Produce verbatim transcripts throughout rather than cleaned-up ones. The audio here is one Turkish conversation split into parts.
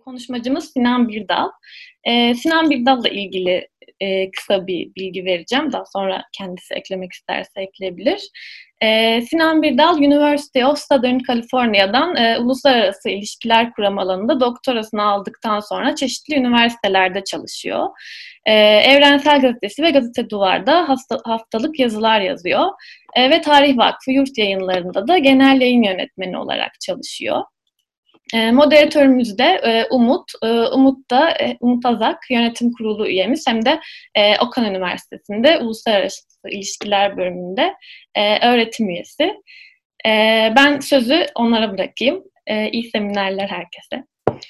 Konuşmacımız Sinan Birdal. Ee, Sinan Birdal'la ilgili e, kısa bir bilgi vereceğim. Daha sonra kendisi eklemek isterse ekleyebilir. Ee, Sinan Birdal, University of Southern California'dan e, uluslararası ilişkiler kuramı alanında doktorasını aldıktan sonra çeşitli üniversitelerde çalışıyor. Ee, Evrensel Gazetesi ve Gazete Duvar'da hafta, haftalık yazılar yazıyor. E, ve Tarih Vakfı Yurt Yayınları'nda da genel yayın yönetmeni olarak çalışıyor. E, moderatörümüz de e, Umut. E, Umut da e, Umut Azak, yönetim kurulu üyemiz. Hem de e, Okan Üniversitesi'nde Uluslararası İlişkiler bölümünde e, öğretim üyesi. E, ben sözü onlara bırakayım. E, iyi seminerler herkese.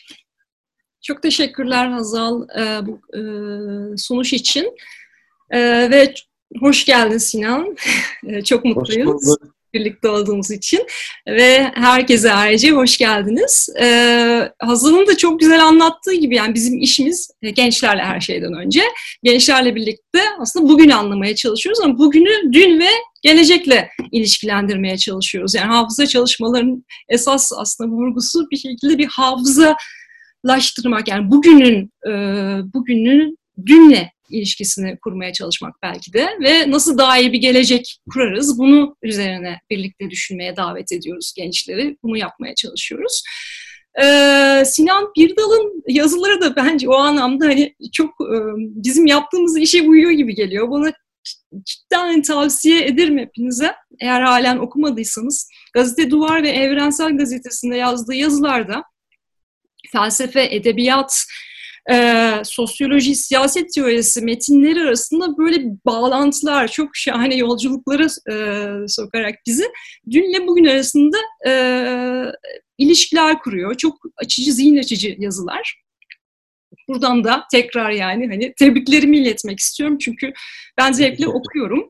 Çok teşekkürler Hazal e, bu e, sunuş için. E, ve hoş geldin Sinan. e, çok mutluyuz birlikte olduğumuz için. Ve herkese ayrıca hoş geldiniz. Ee, Hazal'ın da çok güzel anlattığı gibi, yani bizim işimiz gençlerle her şeyden önce. Gençlerle birlikte aslında bugünü anlamaya çalışıyoruz ama bugünü dün ve gelecekle ilişkilendirmeye çalışıyoruz. Yani hafıza çalışmalarının esas aslında vurgusu bir şekilde bir hafızalaştırmak. Yani bugünün, e, bugünün dünle ilişkisini kurmaya çalışmak belki de ve nasıl daha iyi bir gelecek kurarız, bunu üzerine birlikte düşünmeye davet ediyoruz gençleri. Bunu yapmaya çalışıyoruz. Ee, Sinan Birdal'ın yazıları da bence o anlamda hani çok e, bizim yaptığımız işe uyuyor gibi geliyor. Bana cidden tavsiye ederim hepinize. Eğer halen okumadıysanız, Gazete Duvar ve Evrensel Gazetesi'nde yazdığı yazılarda felsefe, edebiyat, Ee, sosyoloji, siyaset teorisi metinleri arasında böyle bağlantılar, çok şahane yolculuklara e, sokarak bizi dünle bugün arasında e, ilişkiler kuruyor. Çok açıcı, zihin açıcı yazılar. Buradan da tekrar yani hani tebriklerimi iletmek istiyorum çünkü ben zevkle okuyorum.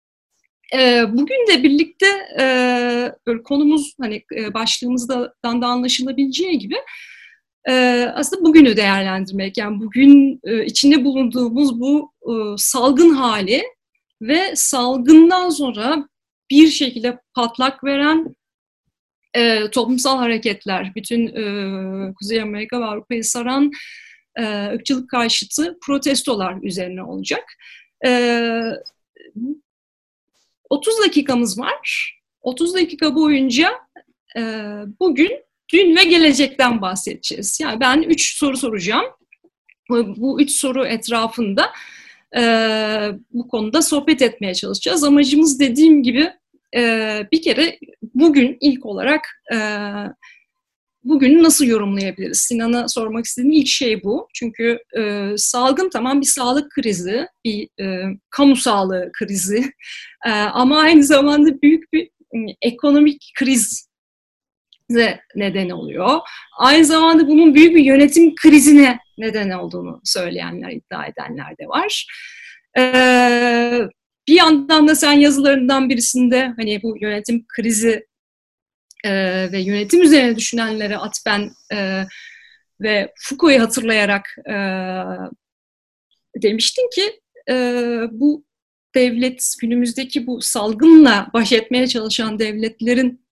E, bugün de birlikte e, böyle konumuz, hani e, başlığımızdan da anlaşılabileceği gibi aslında bugünü değerlendirmek, yani bugün içinde bulunduğumuz bu salgın hali ve salgından sonra bir şekilde patlak veren toplumsal hareketler, bütün Kuzey Amerika ve Avrupa'yı saran ırkçılık karşıtı protestolar üzerine olacak. otuz dakikamız var. otuz dakika boyunca bugün, dün ve gelecekten bahsedeceğiz. Yani ben üç soru soracağım. Bu üç soru etrafında e, bu konuda sohbet etmeye çalışacağız. Amacımız, dediğim gibi, e, bir kere bugün ilk olarak e, bugünü nasıl yorumlayabiliriz? Sinan'a sormak istediğim ilk şey bu. Çünkü e, salgın tamam bir sağlık krizi, bir e, kamu sağlığı krizi e, ama aynı zamanda büyük bir e, ekonomik kriz neden oluyor. Aynı zamanda bunun büyük bir yönetim krizine neden olduğunu söyleyenler, iddia edenler de var. Ee, bir yandan da sen yazılarından birisinde hani bu yönetim krizi e, ve yönetim üzerine düşünenlere atfen e, ve Foucault'u hatırlayarak e, demiştin ki e, bu devlet, günümüzdeki bu salgınla baş etmeye çalışan devletlerin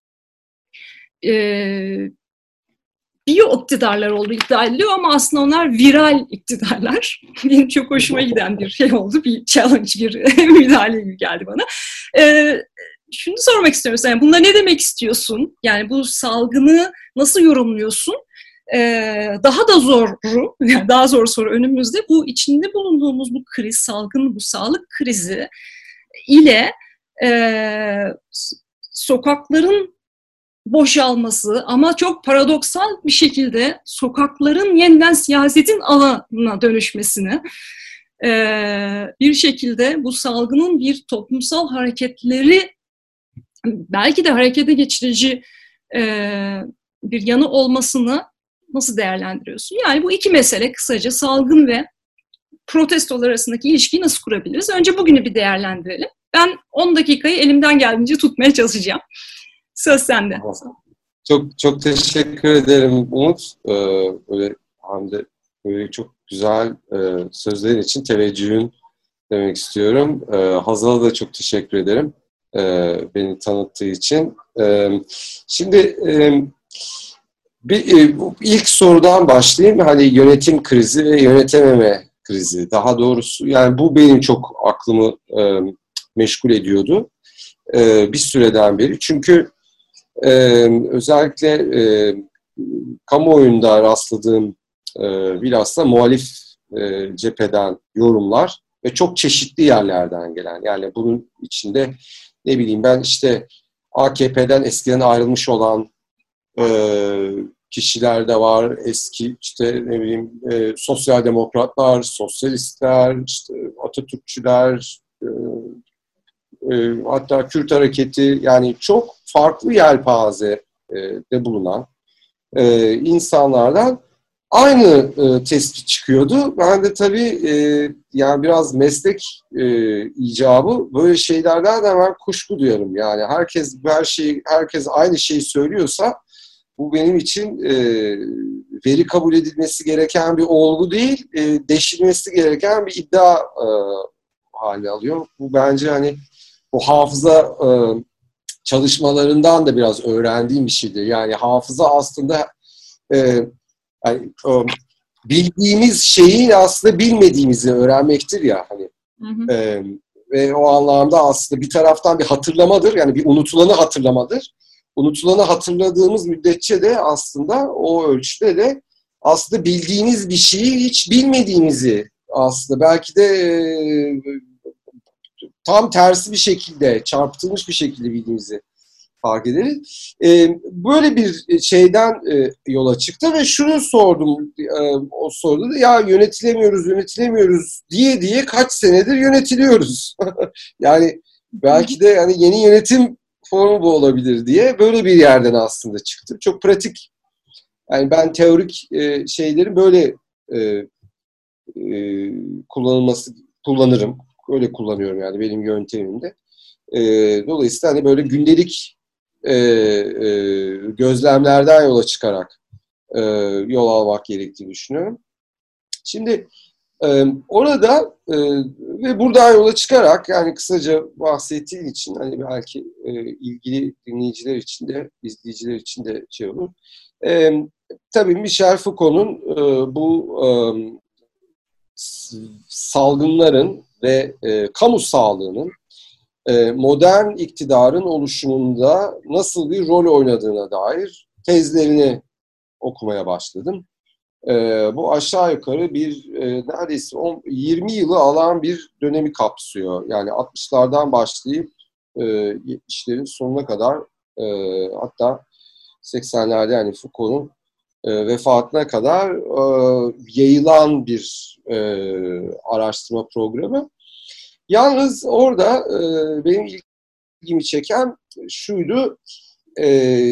Ee, biyo iktidarlar olduğu iddia ediliyor ama aslında onlar viral iktidarlar. Benim çok hoşuma giden bir şey oldu, bir challenge, bir müdahale gibi geldi bana. Ee, şunu sormak istiyorum sana, yani bunlar ne demek istiyorsun? Yani bu salgını nasıl yorumluyorsun? Ee, daha da zoru, yani daha zor soru önümüzde, bu içinde bulunduğumuz bu kriz, salgın, bu sağlık krizi ile e, sokakların boşalması ama çok paradoksal bir şekilde sokakların yeniden siyasetin alanına dönüşmesini, bir şekilde bu salgının bir toplumsal hareketleri belki de harekete geçirici bir yanı olmasını nasıl değerlendiriyorsun? Yani bu iki mesele, kısaca salgın ve protestolar arasındaki ilişkiyi nasıl kurabiliriz? Önce bugünü bir değerlendirelim. Ben on dakikayı elimden geldiğince tutmaya çalışacağım. Söz sende. Çok çok teşekkür ederim Umut. Ee, böyle Hande, böyle çok güzel e, sözlerin için, teveccühün demek istiyorum. Ee, Hazal'a da çok teşekkür ederim e, beni tanıttığı için. E, şimdi e, Bir, e, bu ilk sorudan başlayayım. Hani yönetim krizi ve yönetememe krizi. Daha doğrusu yani bu benim çok aklımı e, meşgul ediyordu. E, bir süreden beri. Çünkü e, özellikle e, kamuoyunda rastladığım e, bilhassa muhalif e, cepheden yorumlar ve çok çeşitli yerlerden gelen. Yani bunun içinde ne bileyim ben işte A K P'den eskiden ayrılmış olan e, kişiler de var. Eski işte ne bileyim e, sosyal demokratlar, sosyalistler, işte Atatürkçüler, e, e, hatta Kürt hareketi, yani çok farklı yelpazede bulunan e, insanlardan aynı e, tespit çıkıyordu. Ben de tabii e, yani biraz meslek e, icabı böyle şeylerden de hemen kuşku duyarım. Yani herkes her şeyi, herkes aynı şeyi söylüyorsa bu benim için e, veri kabul edilmesi gereken bir olgu değil, e, deşilmesi gereken bir iddia e, hale alıyor. Bu bence hani bu hafıza e, çalışmalarından da biraz öğrendiğim bir şeydir. Yani hafıza aslında e, yani, e, bildiğimiz şeyi aslında bilmediğimizi öğrenmektir ya. Hani hı hı. e, ve o anlamda aslında bir taraftan bir hatırlamadır. Yani bir unutulanı hatırlamadır. Unutulanı hatırladığımız müddetçe de aslında o ölçüde de aslında bildiğimiz bir şeyi hiç bilmediğimizi aslında belki de e, tam tersi bir şekilde, çarpıtılmış bir şekilde bildiğimizi fark ederiz. E, böyle bir şeyden e, yola çıktı ve şunu sordum, e, o sordu da ya yönetilemiyoruz, yönetilemiyoruz diye diye kaç senedir yönetiliyoruz. Yani belki de yani yeni yönetim formu bu olabilir diye böyle bir yerden aslında çıktı. Çok pratik. Yani ben teorik e, şeyleri böyle e, e, kullanılması kullanırım. Öyle kullanıyorum yani benim yöntemimde. E, dolayısıyla hani böyle gündelik e, e, gözlemlerden yola çıkarak e, yol almak gerektiğini düşünüyorum. Şimdi e, orada e, ve buradan yola çıkarak yani kısaca bahsettiğim için hani belki e, ilgili dinleyiciler için de izleyiciler için de şey olur. E, tabii Michel Foucault'un e, bu e, salgınların ve e, kamu sağlığının e, modern iktidarın oluşumunda nasıl bir rol oynadığına dair tezlerini okumaya başladım. E, bu aşağı yukarı bir e, neredeyse on, yirmi yılı alan bir dönemi kapsıyor. Yani altmışlardan başlayıp e, yetmişlerin sonuna kadar e, hatta seksenlerde yani Foucault'un e, vefatına kadar e, yayılan bir e, araştırma programı. Yalnız orada e, benim ilgimi çeken şuydu, e,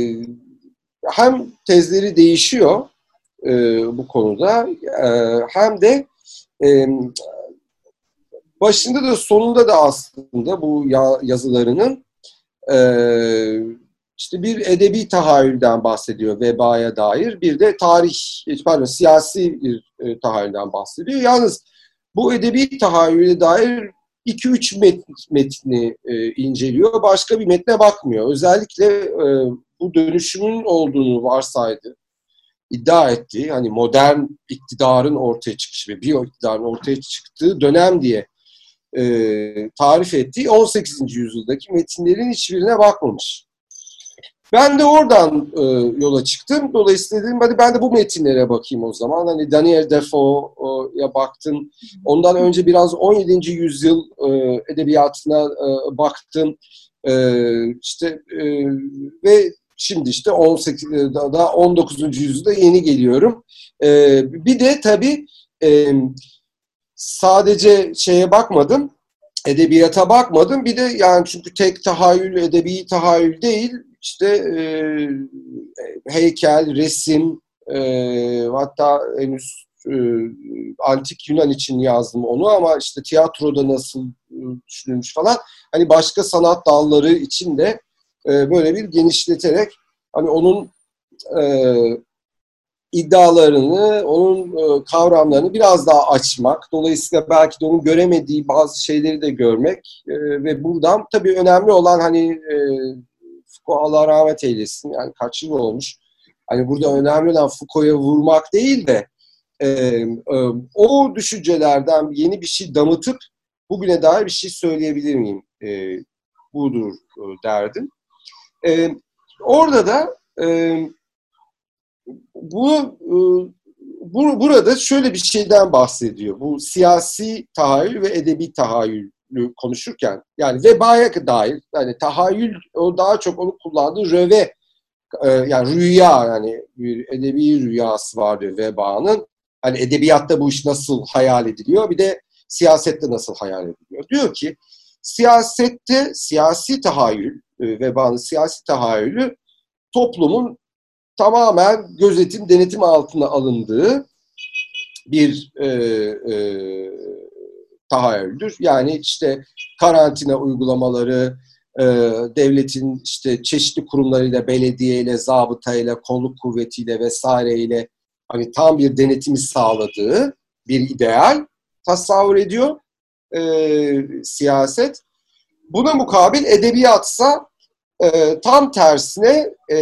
hem tezleri değişiyor e, bu konuda e, hem de e, başında da sonunda da aslında bu ya, yazılarının e, işte bir edebi tahayyülden bahsediyor vebaya dair, bir de tarih, pardon siyasi bir e, tahayyülden bahsediyor. Yalnız bu edebi tahayyüle dair iki üç met, metni e, inceliyor, başka bir metne bakmıyor. Özellikle e, bu dönüşümün olduğunu varsaydı, iddia ettiği, hani modern iktidarın ortaya çıkışı ve biyo iktidarın ortaya çıktığı dönem diye e, tarif ettiği on sekizinci yüzyıldaki metinlerin hiçbirine bakmamış. Ben de oradan e, yola çıktım. Dolayısıyla dedim hadi ben de bu metinlere bakayım o zaman. Hani Daniel Defoe'ya baktım. Ondan önce biraz on yedinci yüzyıl e, edebiyatına e, baktım. E, işte e, ve şimdi işte on sekiz daha on dokuzuncu yüzyılda yeni geliyorum. E, bir de tabii e, sadece şeye bakmadım. Edebiyata bakmadım. Bir de yani çünkü tek tahayyül edebi tahayyül değil. İşte e, heykel, resim, e, hatta henüz e, antik Yunan için yazdım onu ama işte tiyatroda nasıl e, düşünülmüş falan. Hani başka sanat dalları için de e, böyle bir genişleterek hani onun e, iddialarını, onun e, kavramlarını biraz daha açmak. Dolayısıyla belki de onun göremediği bazı şeyleri de görmek e, ve buradan tabii önemli olan hani e, Allah rahmet eylesin. Yani kaç yıl olmuş. Hani burada önemli olan Foucault'a vurmak değil de e, e, o düşüncelerden yeni bir şey damıtıp bugüne dair bir şey söyleyebilir miyim? E, budur e, derdim. E, orada da e, bu, e, bu burada şöyle bir şeyden bahsediyor. Bu siyasi tahayyül ve edebi tahayyülü konuşurken, yani vebaya dair, yani tahayyül, o daha çok onu kullandığı röve, e, yani rüya, yani bir edebi rüyası var diyor vebanın. Hani edebiyatta bu iş nasıl hayal ediliyor, bir de siyasette nasıl hayal ediliyor. Diyor ki siyasette siyasi tahayyül, e, vebanın siyasi tahayyülü toplumun tamamen gözetim, denetim altına alındığı bir e, e, tahayyüldür. Yani işte karantina uygulamaları, e, devletin işte çeşitli kurumlarıyla, belediyeyle, zabıtayla, kolluk kuvvetiyle vesaireyle hani tam bir denetimi sağladığı bir ideal tasavvur ediyor e, siyaset. Buna mukabil edebiyatsa e, tam tersine e,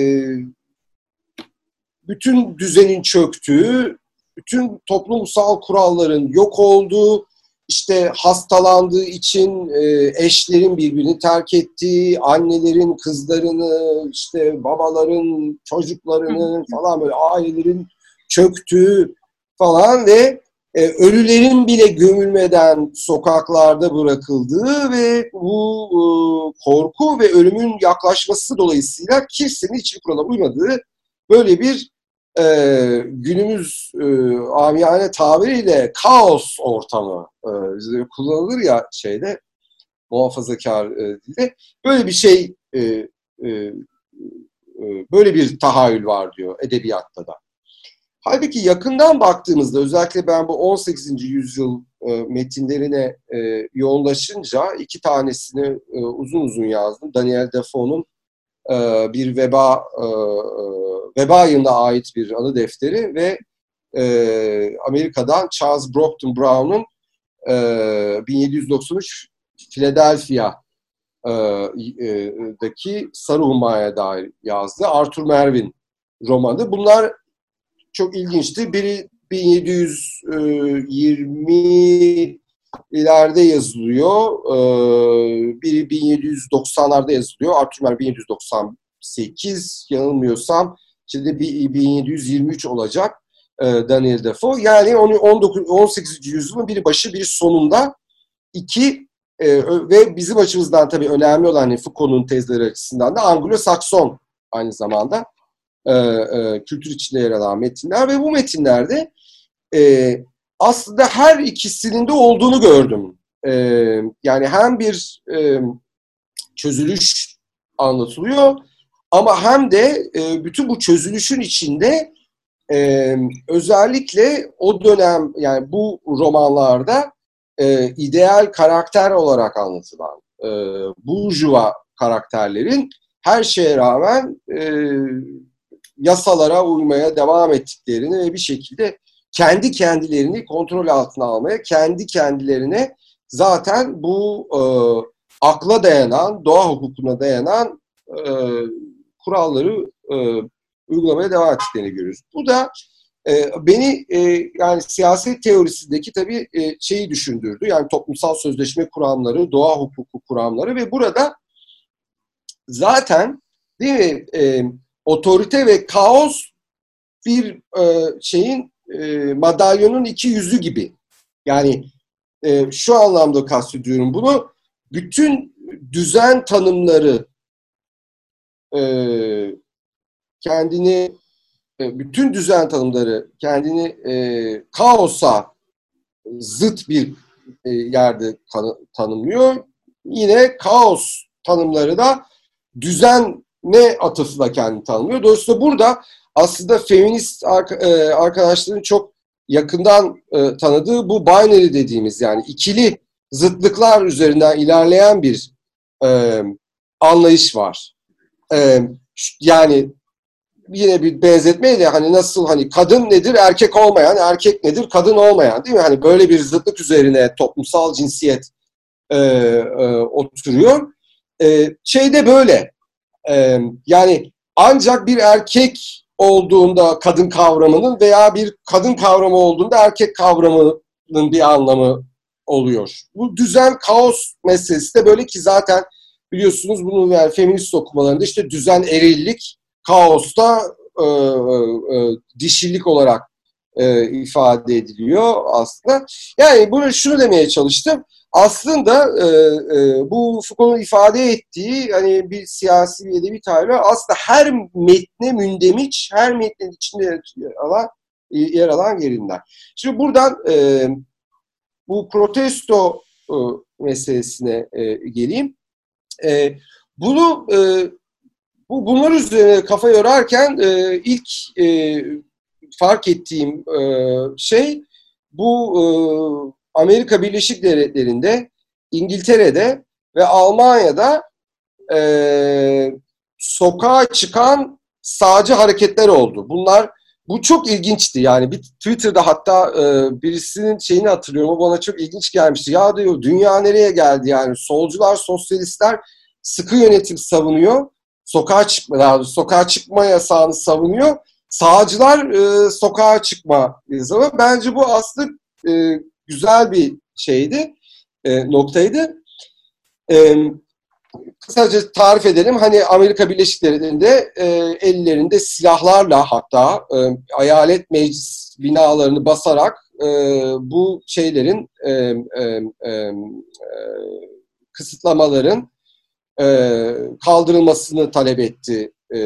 bütün düzenin çöktüğü, bütün toplumsal kuralların yok olduğu, işte hastalandığı için e, eşlerin birbirini terk ettiği, annelerin kızlarını, işte babaların çocuklarını falan, böyle ailelerin çöktüğü falan ve e, ölülerin bile gömülmeden sokaklarda bırakıldığı ve bu e, korku ve ölümün yaklaşması dolayısıyla kimsenin hiçbir kurala uymadığı böyle bir Ee, günümüz e, amiyane tabiriyle kaos ortamı e, kullanılır ya şeyde, muhafazakar e, dilde, böyle bir şey e, e, e, böyle bir tahayyül var diyor edebiyatta da. Halbuki yakından baktığımızda, özellikle ben bu on sekizinci yüzyıl e, metinlerine e, yoğunlaşınca iki tanesini e, uzun uzun yazdım. Daniel Defoe'nun e, bir veba e, veba yılına ait bir anı defteri ve e, Amerika'dan Charles Brockton Brown'un e, bin yedi yüz doksan üç Philadelphia'daki Sarı Huma'ya dair yazdığı Arthur Mervyn romanı. Bunlar çok ilginçti. Biri bin yedi yüz yirmilerde yazılıyor. Biri bin yedi yüz doksanlarda yazılıyor. Arthur Mervyn bin yedi yüz doksan sekiz, yanılmıyorsam şimdi bin yedi yüz yirmi üç olacak Daniel Defoe. Yani on dokuz on sekizinci yüzyılın biri başı biri sonunda iki e, ve bizim açımızdan tabii önemli olan hani Foucault'un tezleri açısından da Anglo-Sakson aynı zamanda e, e, kültür içinde yer alan metinler ve bu metinlerde e, aslında her ikisinin de olduğunu gördüm. E, yani hem bir e, çözülüş anlatılıyor ama hem de e, bütün bu çözülüşün içinde e, özellikle o dönem, yani bu romanlarda e, ideal karakter olarak anlatılan e, burjuva karakterlerin her şeye rağmen e, yasalara uymaya devam ettiklerini ve bir şekilde kendi kendilerini kontrol altına almaya, kendi kendilerine zaten bu e, akla dayanan, doğa hukukuna dayanan e, kuralları e, uygulamaya devam ettiklerini görüyoruz. Bu da e, beni e, yani siyaset teorisindeki tabii e, şeyi düşündürdü. Yani toplumsal sözleşme kuramları, doğa hukuku kuramları ve burada zaten değil mi e, otorite ve kaos bir e, şeyin e, madalyonun iki yüzü gibi. Yani e, şu anlamda kastediyorum bunu. Bütün düzen tanımları e, kendini e, bütün düzen tanımları kendini e, kaosa zıt bir e, yerde tanı, tanımlıyor. Yine kaos tanımları da düzene atıfla kendini tanımlıyor. Dolayısıyla burada aslında feminist arkadaşların çok yakından e, tanıdığı bu binary dediğimiz, yani ikili zıtlıklar üzerinden ilerleyen bir e, anlayış var. E, yani yine bir benzetmeyle hani nasıl hani kadın nedir erkek olmayan, erkek nedir kadın olmayan, değil mi? Hani böyle bir zıtlık üzerine toplumsal cinsiyet e, e, oturuyor. E, şey de böyle. E, yani ancak bir erkek olduğunda kadın kavramının veya bir kadın kavramı olduğunda erkek kavramının bir anlamı oluyor. Bu düzen kaos meselesi de böyle ki zaten biliyorsunuz bunu yani feminist okumalarında işte düzen erillik, kaosta e, e, dişillik olarak e, ifade ediliyor aslında. Yani bunu şunu demeye çalıştım. Aslında e, e, bu Foucault'un ifade ettiği hani bir siyasi bir edebi tabir aslında her metne mündemiş, her metnin içinde yer alan, yer alan yerinden. Şimdi buradan e, bu protesto e, meselesine e, geleyim. E, bunu e, bu bunlar üzerine kafa yorarken e, ilk e, fark ettiğim e, şey bu e, Amerika Birleşik Devletleri'nde, İngiltere'de ve Almanya'da e, sokağa çıkan sağcı hareketler oldu. Bunlar bu çok ilginçti. Yani bir Twitter'da hatta e, birisinin şeyini hatırlıyorum. O bana çok ilginç gelmişti. Ya diyor dünya nereye geldi yani? Solcular, sosyalistler sıkı yönetim savunuyor. Sokağa çıkma, daha doğrusu sokağa çıkma yasağını savunuyor. Sağcılar e, sokağa çıkma yasağını. Bence bu aslında e, güzel bir şeydi, e, noktaydı. E, kısaca tarif edelim. Hani Amerika Birleşik Devletleri'nde e, ellerinde silahlarla hatta e, eyalet meclis binalarını basarak e, bu şeylerin e, e, e, kısıtlamaların e, kaldırılmasını talep etti e,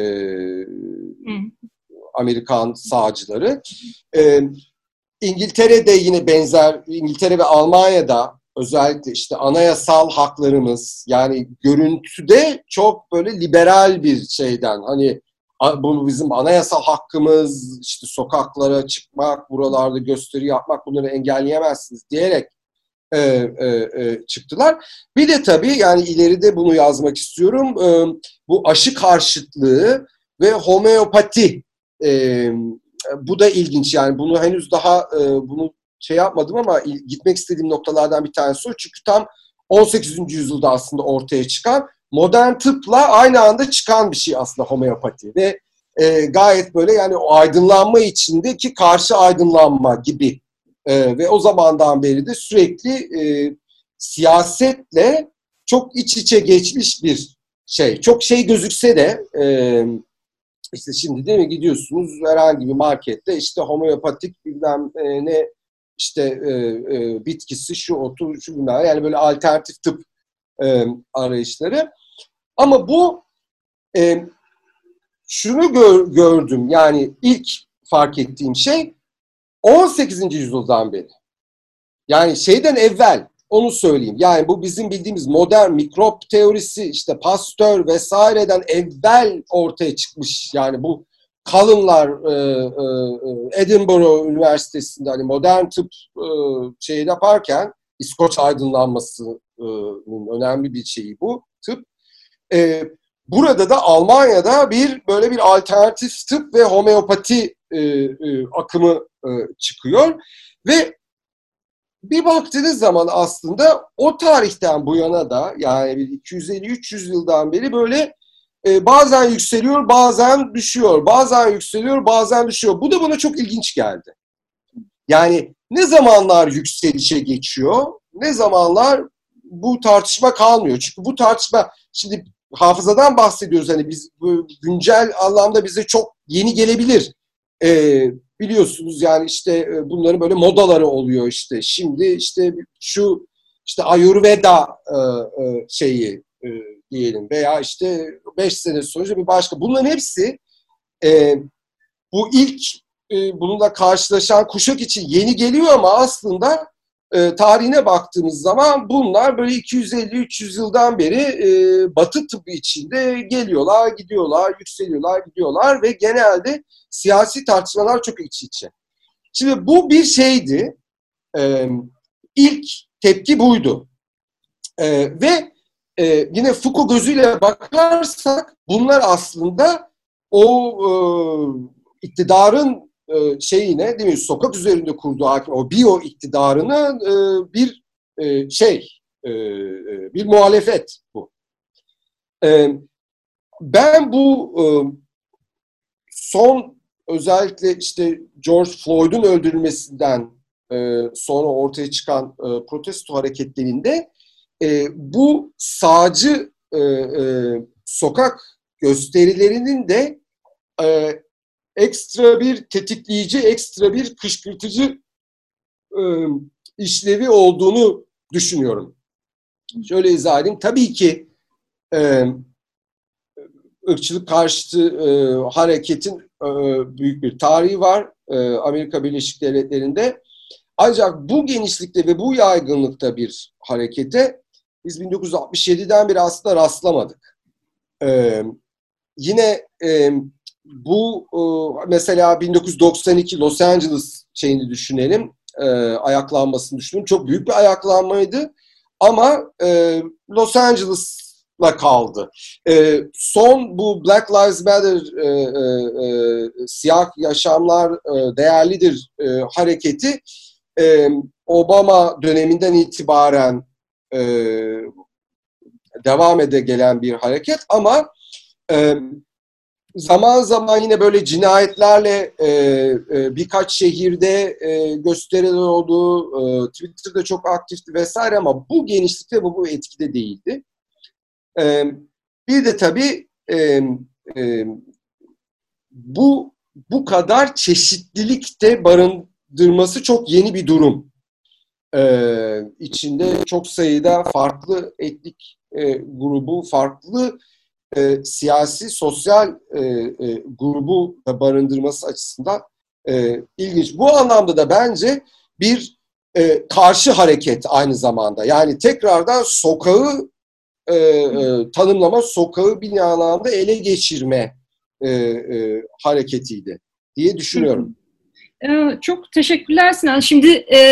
Amerikan sağcıları. E, İngiltere'de yine benzer, İngiltere ve Almanya'da özellikle işte anayasal haklarımız yani görüntüde çok böyle liberal bir şeyden hani bu bizim anayasal hakkımız işte sokaklara çıkmak, buralarda gösteri yapmak bunları engelleyemezsiniz diyerek e, e, e, çıktılar. Bir de tabii yani ileride bunu yazmak istiyorum e, bu aşı karşıtlığı ve homeopati e, bu da ilginç yani bunu henüz daha e, bunu şey yapmadım ama gitmek istediğim noktalardan bir tanesi o. Çünkü tam on sekizinci yüzyılda aslında ortaya çıkan modern tıpla aynı anda çıkan bir şey aslında homeopati ve e, gayet böyle yani o aydınlanma içindeki karşı aydınlanma gibi e, ve o zamandan beri de sürekli e, siyasetle çok iç içe geçmiş bir şey. Çok şey gözükse de e, işte şimdi değil mi gidiyorsunuz herhangi bir markette işte homeopatik bilmem e, ne işte e, e, bitkisi şu otu şu bilmem yani böyle alternatif tıp e, arayışları. Ama bu e, şunu gör, gördüm yani ilk fark ettiğim şey on sekizinci yüzyıldan beri. Yani şeyden evvel onu söyleyeyim. Yani bu bizim bildiğimiz modern mikrop teorisi işte Pasteur vesaireden evvel ortaya çıkmış. Yani bu Cullen'lar e, e, Edinburgh Üniversitesi'nde hani modern tıp e, şeyi yaparken İskoç aydınlanmasının önemli bir şeyi bu tıp. E, burada da Almanya'da bir böyle bir alternatif tıp ve homeopati e, e, akımı e, çıkıyor ve bir baktığınız zaman aslında o tarihten bu yana da yani iki yüz elli üç yüz yıldan beri böyle e, bazen yükseliyor, bazen düşüyor, bazen yükseliyor, bazen düşüyor. Bu da bana çok ilginç geldi. Yani ne zamanlar yükselişe geçiyor, ne zamanlar bu tartışma kalmıyor. Çünkü bu tartışma şimdi hafızadan bahsediyoruz hani biz bu güncel anlamda bize çok yeni gelebilir. Ee, biliyorsunuz yani işte bunların böyle modaları oluyor işte. Şimdi işte şu işte Ayurveda e, e, şeyi e, diyelim veya işte beş sene sonra bir başka. Bunların hepsi e, bu ilk e, bununla karşılaşan kuşak için yeni geliyor ama aslında e, tarihine baktığımız zaman bunlar böyle iki yüz elli üç yüz yıldan beri e, Batı tıbbı içinde geliyorlar, gidiyorlar, yükseliyorlar, gidiyorlar ve genelde siyasi tartışmalar çok iç içe. Şimdi bu bir şeydi. E, ilk tepki buydu. E, ve e, yine Foucault gözüyle bakarsak bunlar aslında o e, iktidarın e, şeyine değil mi sokak üzerinde kurduğu hakim o biyo iktidarını e, bir e, şey e, bir muhalefet bu. E, ben bu e, son özellikle işte George Floyd'un öldürülmesinden e, sonra ortaya çıkan e, protesto hareketlerinde e, bu sağcı e, e, sokak gösterilerinin de e, ekstra bir tetikleyici, ekstra bir kışkırtıcı e, işlevi olduğunu düşünüyorum. Şöyle izah edeyim. Tabii ki e, ırkçılık karşıtı e, hareketin e, büyük bir tarihi var e, Amerika Birleşik Devletleri'nde. Ancak bu genişlikte ve bu yaygınlıkta bir harekete biz bin dokuz yüz altmış yediden beri aslında rastlamadık. E, yine e, bu e, mesela bin dokuz yüz doksan iki Los Angeles şeyini düşünelim, e, ayaklanmasını düşünelim. Çok büyük bir ayaklanmaydı ama e, Los Angeles'la kaldı. E, son bu Black Lives Matter, e, e, e, siyah yaşamlar e, değerlidir e, hareketi e, Obama döneminden itibaren e, devam ede gelen bir hareket ama e, zaman zaman yine böyle cinayetlerle e, e, birkaç şehirde e, gösteriler oldu, e, Twitter'da çok aktifti vesaire ama bu genişlikte ve bu etkide değildi. E, bir de tabii e, e, bu bu kadar çeşitlilikte barındırması çok yeni bir durum. E, içinde çok sayıda farklı etnik e, grubu, farklı E, siyasi, sosyal e, e, grubu da barındırması açısından e, ilginç. Bu anlamda da bence bir e, karşı hareket aynı zamanda. Yani tekrardan sokağı e, e, tanımlama, sokağı bir anlamda ele geçirme e, e, hareketiydi diye düşünüyorum. Ee, çok teşekkürler Sinan. Şimdi e,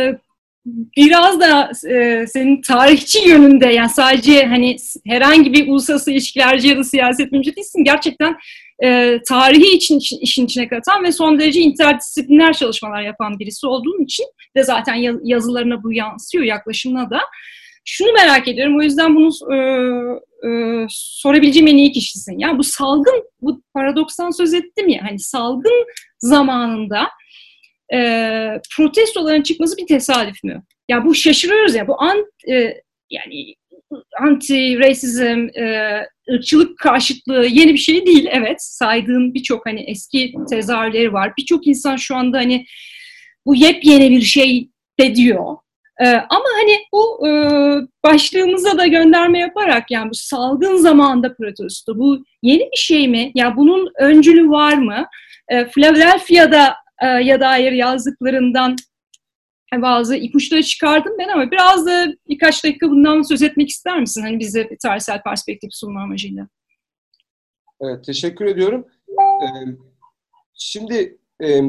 biraz da e, senin tarihçi yönünde, yani sadece hani herhangi bir uluslararası ilişkilerci ya da siyaset bilimci değilsin. Gerçekten e, tarihi için, işin içine katan ve son derece interdisipliner çalışmalar yapan birisi olduğun için de zaten yazılarına bu yansıyor, yaklaşımına da. Şunu merak ediyorum, o yüzden bunu e, e, sorabileceğim en iyi kişisin. Ya bu salgın, bu paradokstan söz ettim ya, hani salgın zamanında e, protestoların çıkması bir tesadüf mü? Ya bu şaşırıyoruz ya, bu an, e, yani anti-racism, e, ırkçılık karşıtlığı yeni bir şey değil. Evet, saydığın birçok hani eski tezahürleri var. Birçok insan şu anda hani bu yepyeni bir şey de diyor. Ee, ama hani bu e, başlığımıza da gönderme yaparak, yani bu salgın zamanında protesto, bu yeni bir şey mi? Ya bunun öncülü var mı? E, Philadelphia'da e, ya dair yazdıklarından bazı ipuçları çıkardım ben ama biraz da birkaç dakika bundan söz etmek ister misin? Hani bize bir tarihsel perspektif sunma amacıyla. Evet, teşekkür ediyorum. Ee, şimdi e,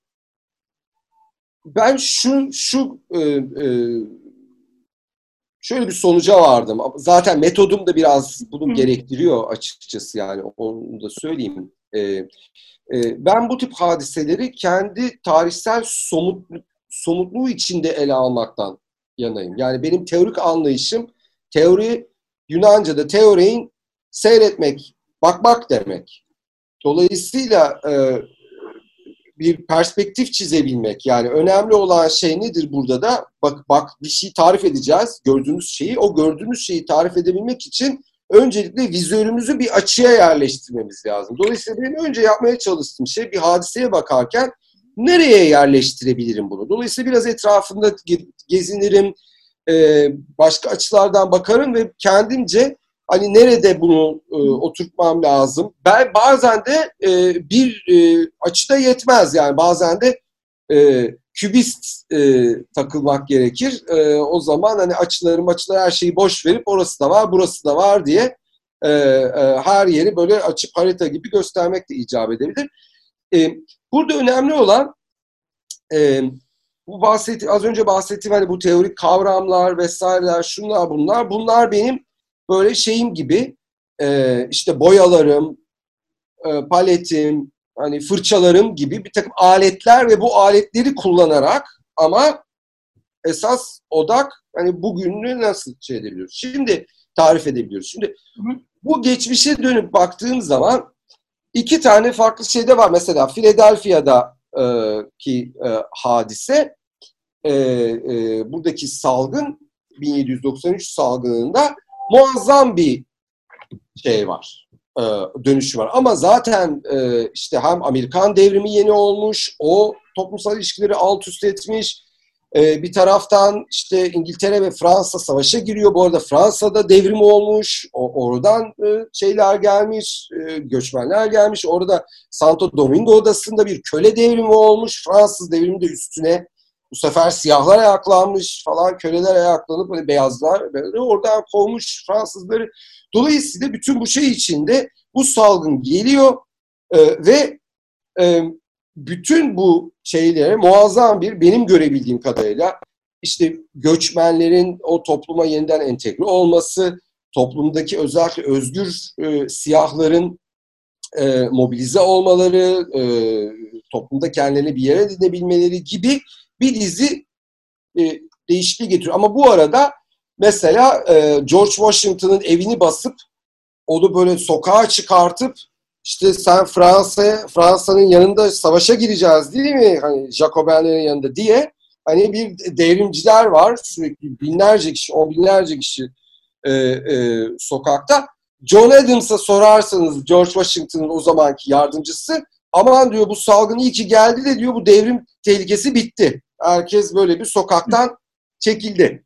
ben şu şu e, e, şöyle bir sonuca vardım. Zaten metodum da biraz bunu Hı. gerektiriyor açıkçası, yani onu da söyleyeyim. E, e, ben bu tip hadiseleri kendi tarihsel somutlu, somutluğu içinde ele almaktan yanayım. Yani benim teorik anlayışım, teori Yunanca'da teorein seyretmek, bakmak demek. Dolayısıyla e, bir perspektif çizebilmek, yani önemli olan şey nedir burada da? Bak, bak bir şey tarif edeceğiz, gördüğünüz şeyi. O gördüğünüz şeyi tarif edebilmek için öncelikle vizörümüzü bir açıya yerleştirmemiz lazım. Dolayısıyla benim önce yapmaya çalıştığım şey, bir hadiseye bakarken nereye yerleştirebilirim bunu? Dolayısıyla biraz etrafında gezinirim, başka açılardan bakarım ve kendimce hani nerede bunu e, oturtmam lazım. Ben bazen de e, bir e, açıda yetmez, yani bazen de e, kübist e, takılmak gerekir. E, o zaman hani açılarım açılar her şeyi boş verip orası da var, burası da var diye e, e, her yeri böyle açıp harita gibi göstermek de icap edebilir. E, burada önemli olan e, bu bahsetti, az önce bahsettiğim hani bu teorik kavramlar vesaireler, şunlar bunlar, bunlar benim böyle şeyim gibi, e, işte boyalarım, e, paletim, hani fırçalarım gibi bir takım aletler ve bu aletleri kullanarak, ama esas odak hani bugününü nasıl şey edebiliyoruz? Şimdi tarif edebiliyoruz. Şimdi bu geçmişe dönüp baktığım zaman iki tane farklı şeyde var. Mesela Philadelphia'daki e, hadise, e, e, buradaki salgın, bin yedi yüz doksan üç salgınında muazzam bir şey var, e, dönüşüm var. Ama zaten e, işte hem Amerikan devrimi yeni olmuş, o toplumsal ilişkileri alt üst etmiş. E, bir taraftan işte İngiltere ve Fransa savaşa giriyor. Bu arada Fransa'da devrim olmuş, o, oradan e, şeyler gelmiş, e, göçmenler gelmiş. Orada Santo Domingo Adası'nda bir köle devrimi olmuş. Fransız devrimi de üstüne bu sefer siyahlar ayaklanmış falan, köleler ayaklanıp böyle beyazlar böyle oradan kovmuş Fransızları. Dolayısıyla bütün bu şey içinde bu salgın geliyor e, ve e, bütün bu şeylere muazzam bir, benim görebildiğim kadarıyla işte göçmenlerin o topluma yeniden entegre olması, toplumdaki özellikle özgür e, siyahların e, mobilize olmaları, e, toplumda kendilerini bir yere edinebilmeleri gibi bir dizi e, değişikliği getiriyor. Ama bu arada mesela e, George Washington'ın evini basıp onu böyle sokağa çıkartıp işte sen Fransa Fransa'nın yanında savaşa gireceğiz değil mi? Hani Jacobinlerin yanında diye hani bir devrimciler var, sürekli binlerce kişi, on binlerce kişi e, e, sokakta. John Adams'a sorarsanız, George Washington'ın o zamanki yardımcısı, aman diyor bu salgın iyi ki geldi de diyor bu devrim tehlikesi bitti. Herkes böyle bir sokaktan çekildi.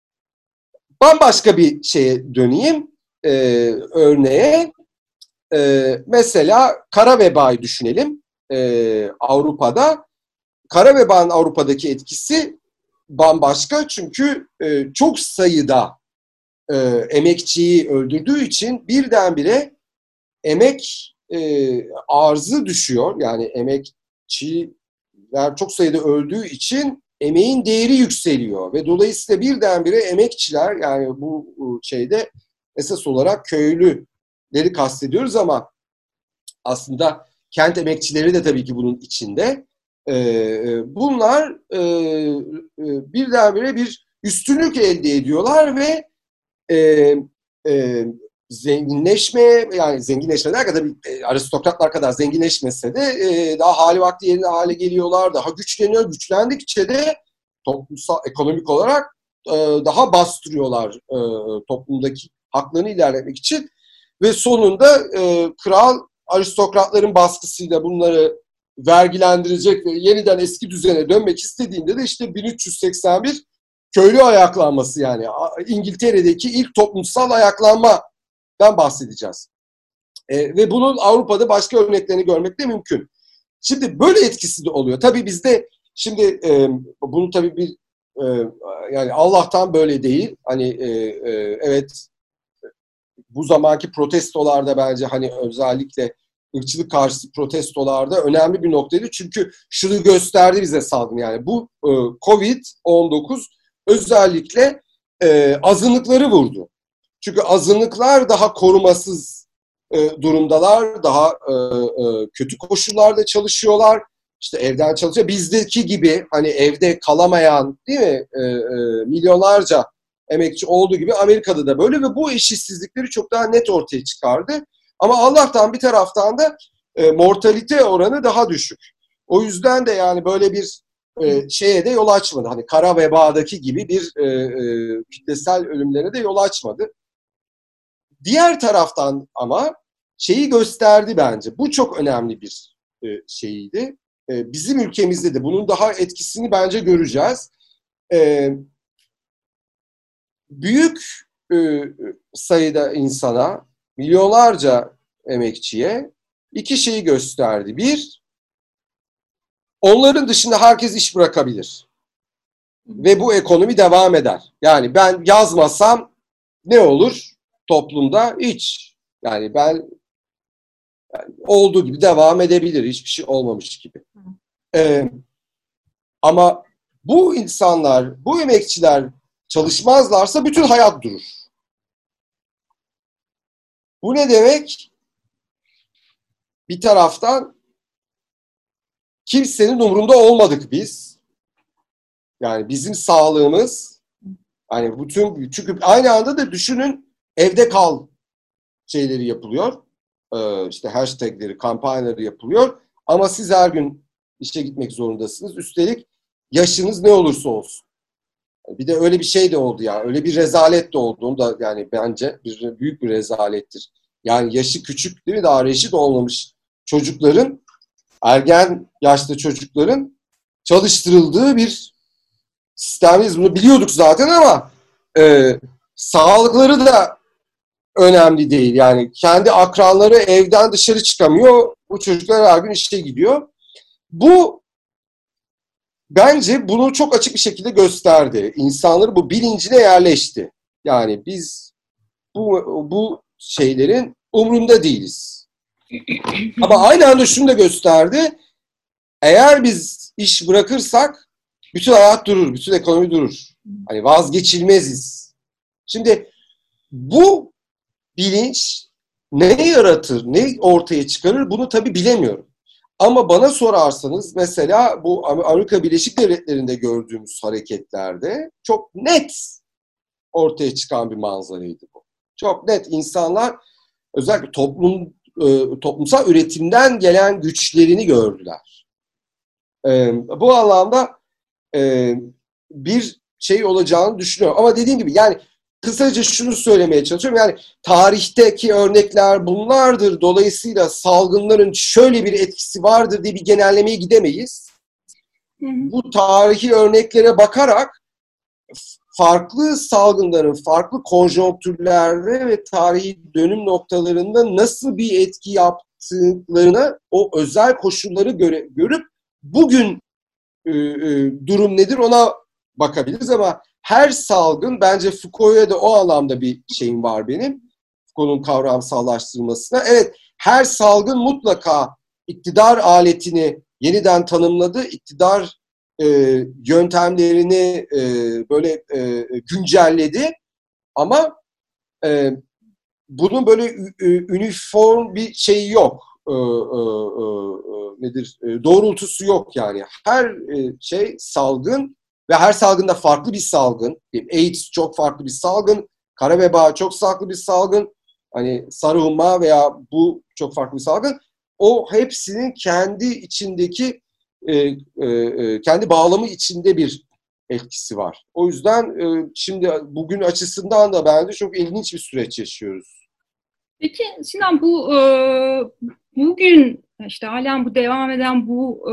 Bambaşka bir şeye döneyim, e, örneğe. E, mesela kara vebayı düşünelim e, Avrupa'da. Kara vebanın Avrupa'daki etkisi bambaşka çünkü e, çok sayıda e, emekçiyi öldürdüğü için birdenbire emek e, arzı düşüyor. Yani emekçiler çok sayıda öldüğü için emeğin değeri yükseliyor ve dolayısıyla birdenbire emekçiler, yani bu şeyde esas olarak köylüleri kastediyoruz ama aslında kent emekçileri de tabii ki bunun içinde. Ee, bunlar e, e, birdenbire bir üstünlük elde ediyorlar ve e, e, zenginleşme, yani zenginleşme derken tabii e, aristokratlar kadar zenginleşmese de e, daha hali vakti yerine hale geliyorlar, daha güçleniyor. Güçlendikçe de toplumsal, ekonomik olarak e, daha bastırıyorlar e, toplumdaki haklarını ilerletmek için ve sonunda e, kral aristokratların baskısıyla bunları vergilendirecek ve yeniden eski düzene dönmek istediğinde de işte bin üç yüz seksen bir köylü ayaklanması, yani İngiltere'deki ilk toplumsal ayaklanmadan bahsedeceğiz. E, ve bunun Avrupa'da başka örneklerini görmek de mümkün. Şimdi böyle etkisi de oluyor. Tabii bizde şimdi e, bunu tabii bir e, yani Allah'tan böyle değil. Hani e, e, evet, bu zamanki protestolarda bence hani özellikle ırkçılık karşıtı protestolarda önemli bir noktaydı. Çünkü şunu gösterdi bize salgın, yani bu e, kovid on dokuz özellikle e, azınlıkları vurdu. Çünkü azınlıklar daha korumasız e, durumdalar, daha e, e, kötü koşullarda çalışıyorlar. İşte evden çalışıyor. Bizdeki gibi hani evde kalamayan, değil mi, e, e, milyonlarca emekçi olduğu gibi Amerika'da da böyle ve bu eşitsizlikleri çok daha net ortaya çıkardı. Ama Allah'tan bir taraftan da e, mortalite oranı daha düşük. O yüzden de yani böyle bir e, şeye de yol açmadı. Hani kara vebadaki gibi bir e, e, kitlesel ölümlere de yol açmadı. Diğer taraftan ama şeyi gösterdi bence. Bu çok önemli bir e, şeyiydi. E, bizim ülkemizde de bunun daha etkisini bence göreceğiz. E, büyük e, sayıda insana, milyonlarca emekçiye iki şeyi gösterdi. Bir, onların dışında herkes iş bırakabilir. Ve bu ekonomi devam eder. Yani ben yazmasam ne olur toplumda? Hiç. Yani ben yani olduğu gibi devam edebilir. Hiçbir şey olmamış gibi. Ee, ama bu insanlar, bu emekçiler çalışmazlarsa bütün hayat durur. Bu ne demek? Bir taraftan kimsenin umurunda olmadık biz. Yani bizim sağlığımız, yani bütün, çünkü aynı anda da düşünün, evde kal şeyleri yapılıyor. e, işte hashtagleri, kampanyaları yapılıyor. Ama siz her gün işe gitmek zorundasınız. Üstelik yaşınız ne olursa olsun. Bir de öyle bir şey de oldu ya. Öyle bir rezalet de olduğunu da yani bence bir, büyük bir rezalettir. Yani yaşı küçük değil mi? Daha reşit olmamış çocukların, ergen yaşta çocukların çalıştırıldığı bir sistemiz. Bunu biliyorduk zaten ama e, sağlıkları da önemli değil. Yani kendi akranları evden dışarı çıkamıyor. Bu çocuklar her gün işe gidiyor. Bu bence bunu çok açık bir şekilde gösterdi. İnsanları bu bilincine yerleşti. Yani biz bu, bu şeylerin umrunda değiliz. Ama aynı anda şunu da gösterdi. Eğer biz iş bırakırsak bütün hayat durur, bütün ekonomi durur. Hani vazgeçilmeziz. Şimdi bu bilinç ne yaratır, ne ortaya çıkarır bunu tabii bilemiyorum. Ama bana sorarsanız mesela bu Amerika Birleşik Devletleri'nde gördüğümüz hareketlerde çok net ortaya çıkan bir manzaraydı bu. Çok net insanlar özellikle toplum e, toplumsal üretimden gelen güçlerini gördüler. E, bu anlamda e, bir şey olacağını düşünüyorum. Ama dediğim gibi yani kısaca şunu söylemeye çalışıyorum. Yani tarihteki örnekler bunlardır. Dolayısıyla salgınların şöyle bir etkisi vardır diye bir genellemeye gidemeyiz. Hı hı. Bu tarihi örneklere bakarak farklı salgınların farklı konjonktürlerde ve tarihi dönüm noktalarında nasıl bir etki yaptıklarını o özel koşulları göre, görüp bugün e, e, durum nedir ona bakabiliriz ama her salgın bence Foucault'a da o anlamda bir şeyim var benim. Foucault'un kavramsallaştırmasına. Evet her salgın mutlaka iktidar aletini yeniden tanımladı. İktidar e, yöntemlerini e, böyle e, güncelledi. Ama e, bunun böyle üniform bir şeyi yok. E, e, e, nedir? E, doğrultusu yok yani. Her e, şey salgın ve her salgında farklı bir salgın. AIDS çok farklı bir salgın. Kara veba çok farklı bir salgın. Hani sarı humma veya bu çok farklı bir salgın. O hepsinin kendi içindeki e, e, kendi bağlamı içinde bir etkisi var. O yüzden e, şimdi bugün açısından da bence çok ilginç bir süreç yaşıyoruz. Peki Sinan bu e, bugün işte halen bu devam eden bu e,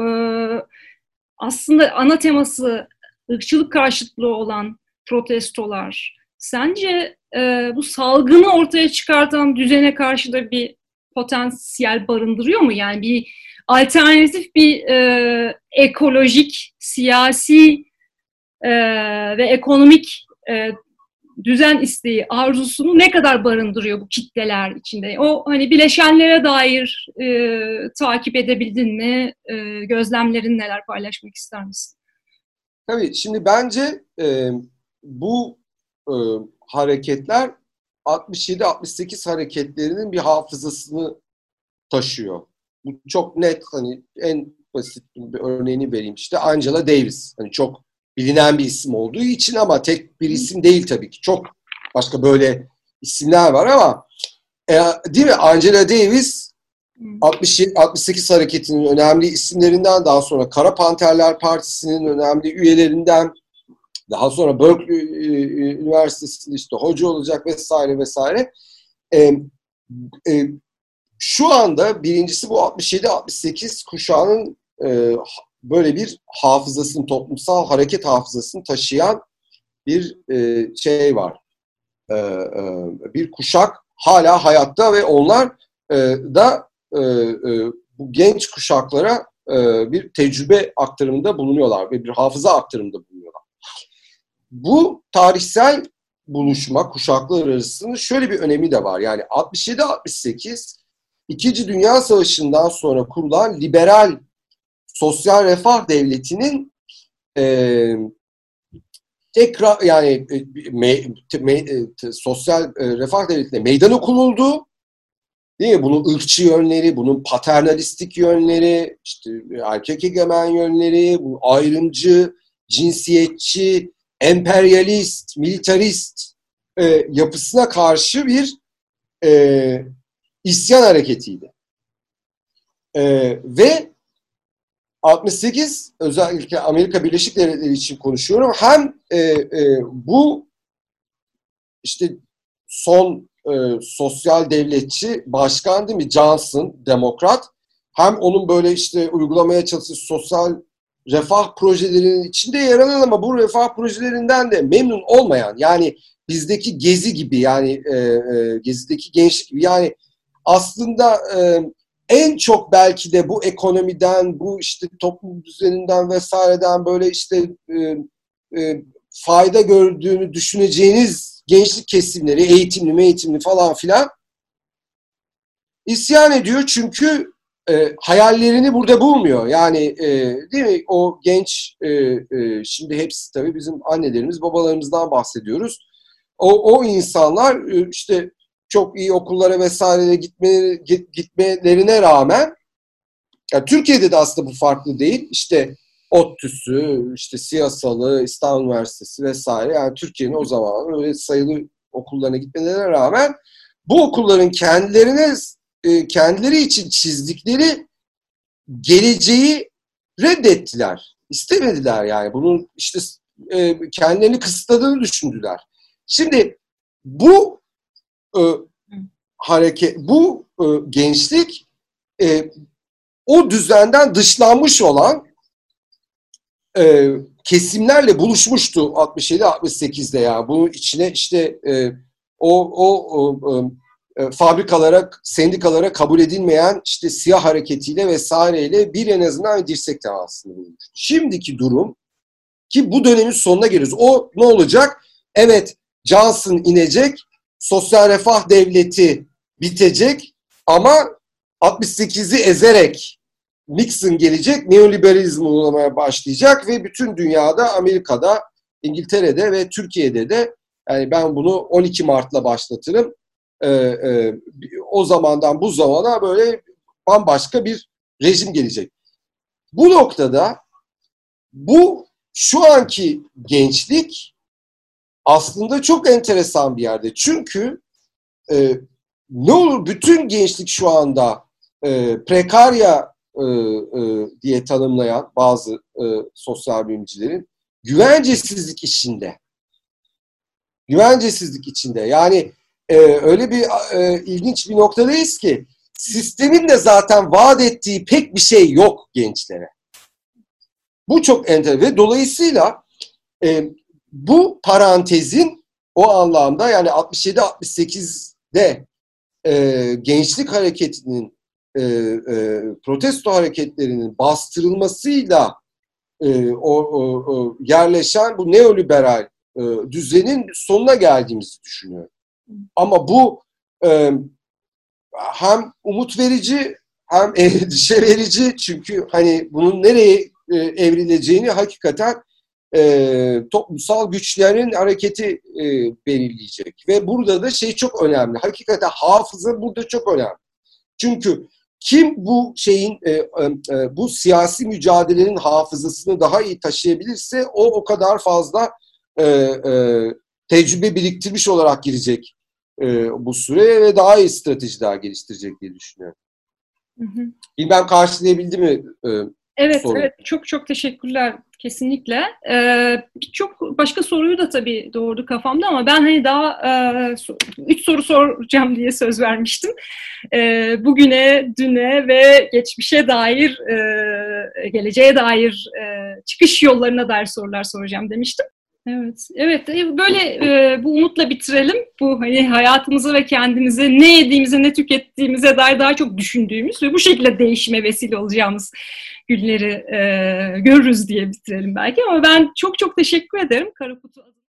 aslında ana teması ırkçılık karşıtlığı olan protestolar sence e, bu salgını ortaya çıkartan düzene karşı da bir potansiyel barındırıyor mu? Yani bir alternatif bir e, ekolojik, siyasi e, ve ekonomik e, düzen isteği, arzusunu ne kadar barındırıyor bu kitleler içinde? O hani bileşenlere dair e, takip edebildin mi? E, gözlemlerin neler, paylaşmak ister misin? Tabii şimdi bence e, bu e, hareketler altmış yedi altmış sekiz hareketlerinin bir hafızasını taşıyor. Bu çok net, hani en basit bir örneğini vereyim işte Angela Davis. Hani çok bilinen bir isim olduğu için ama tek bir isim değil tabii ki. Çok başka böyle isimler var ama e, değil mi? Angela Davis altmış yedi altmış sekiz hareketinin önemli isimlerinden, daha sonra Kara Panterler Partisi'nin önemli üyelerinden, daha sonra Berkeley Üniversitesi'nde işte hoca olacak vesaire vesaire. E, e, şu anda birincisi bu altmış yedi altmış sekiz kuşağının e, böyle bir hafızasını, toplumsal hareket hafızasını taşıyan bir e, şey var. E, e, bir kuşak hala hayatta ve onlar e, da e, e, bu genç kuşaklara e, bir tecrübe aktarımında bulunuyorlar ve bir hafıza aktarımında bulunuyorlar. Bu tarihsel buluşma kuşaklar arasında şöyle bir önemi de var. Yani altmış yedi altmış sekiz İkinci Dünya Savaşı'ndan sonra kurulan liberal sosyal refah devletinin e, tekrar yani me, me, sosyal e, refah devletine meydan okunuldu. Değil mi? Bunun ırkçı yönleri, bunun paternalistik yönleri, işte erkek egemen yönleri, bu ayrımcı, cinsiyetçi, emperyalist, militarist e, yapısına karşı bir e, isyan hareketiydi. Ee, ve altmış sekiz, özellikle Amerika Birleşik Devletleri için konuşuyorum, hem e, e, bu işte son e, sosyal devletçi başkan değil mi, Johnson, demokrat, hem onun böyle işte uygulamaya çalıştığı sosyal refah projelerinin içinde yer alan ama bu refah projelerinden de memnun olmayan, yani bizdeki Gezi gibi, yani e, e, Gezi'deki gençlik gibi, yani aslında e, en çok belki de bu ekonomiden, bu işte toplum düzeninden vesaireden böyle işte e, e, fayda gördüğünü düşüneceğiniz gençlik kesimleri, eğitimli eğitimli falan filan isyan ediyor çünkü e, hayallerini burada bulmuyor. Yani e, değil mi, o genç e, e, şimdi hepsi tabii bizim annelerimiz, babalarımızdan bahsediyoruz. O, o insanlar e, işte çok iyi okullara vesaire gitmeleri, gitmelerine rağmen, yani Türkiye'de de aslında bu farklı değil. İşte ODTÜ'sü, işte Siyasalı, İstanbul Üniversitesi vesaire, yani Türkiye'nin o zaman öyle sayılı okullarına gitmelerine rağmen bu okulların kendilerine kendileri için çizdikleri geleceği reddettiler. İstemediler yani. Bunun işte kendilerini kısıtladığını düşündüler. Şimdi bu e, hareket, bu e, gençlik e, o düzenden dışlanmış olan e, kesimlerle buluşmuştu altmış yedi altmış sekizde ya. Bunun içine işte e, o o, o e, fabrikalara, sendikalara kabul edilmeyen işte siyah hareketiyle vesaireyle bir en azından dirsek temasını bulmuştu. Şimdiki durum, ki bu dönemin sonuna geliyoruz. O ne olacak? Evet, Johnson inecek, sosyal refah devleti bitecek ama altmış sekizi ezerek Nixon gelecek, neoliberalizm uygulamaya başlayacak ve bütün dünyada, Amerika'da, İngiltere'de ve Türkiye'de de, yani ben bunu on iki Mart'la başlatırım. Ee, e, o zamandan bu zamana böyle bambaşka bir rejim gelecek. Bu noktada bu şu anki gençlik aslında çok enteresan bir yerde. Çünkü e, ne olur, bütün gençlik şu anda e, prekarya e, e, diye tanımlayan bazı e, sosyal bilimcilerin güvencesizlik içinde. Güvencesizlik içinde. Yani e, öyle bir e, ilginç bir noktadayız ki sistemin de zaten vaat ettiği pek bir şey yok gençlere. Bu çok enteresan ve dolayısıyla e, bu parantezin o anlamda, yani altmış yedi altmış sekizde e, gençlik hareketinin e, e, protesto hareketlerinin bastırılmasıyla e, o, o, o yerleşen bu neoliberal e, düzenin sonuna geldiğimizi düşünüyorum. Ama bu e, hem umut verici hem endişe verici, çünkü hani bunun nereye e, evrileceğini hakikaten e, toplumsal güçlerin hareketi e, belirleyecek. Ve burada da şey çok önemli. Hakikaten hafıza burada çok önemli. Çünkü kim bu şeyin e, e, bu siyasi mücadelenin hafızasını daha iyi taşıyabilirse o o kadar fazla e, e, tecrübe biriktirmiş olarak girecek e, bu süreye ve daha iyi stratejiler geliştirecek diye düşünüyorum. Hı hı. Bilmem karşılayabildi mi e, Evet, soru? evet. Çok çok teşekkürler. Kesinlikle. Ee, Birçok başka soruyu da tabii doğurdu kafamda ama ben hani daha e, üç soru soracağım diye söz vermiştim. E, bugüne, düne ve geçmişe dair, e, geleceğe dair, e, çıkış yollarına dair sorular soracağım demiştim. Evet, evet. Böyle e, bu umutla bitirelim. Bu hani hayatımıza ve kendimize, ne yediğimize, ne tükettiğimize dair daha çok düşündüğümüz ve bu şekilde değişime vesile olacağımız günleri e, görürüz diye bitirelim belki. Ama ben çok çok teşekkür ederim Kara Kutu adına.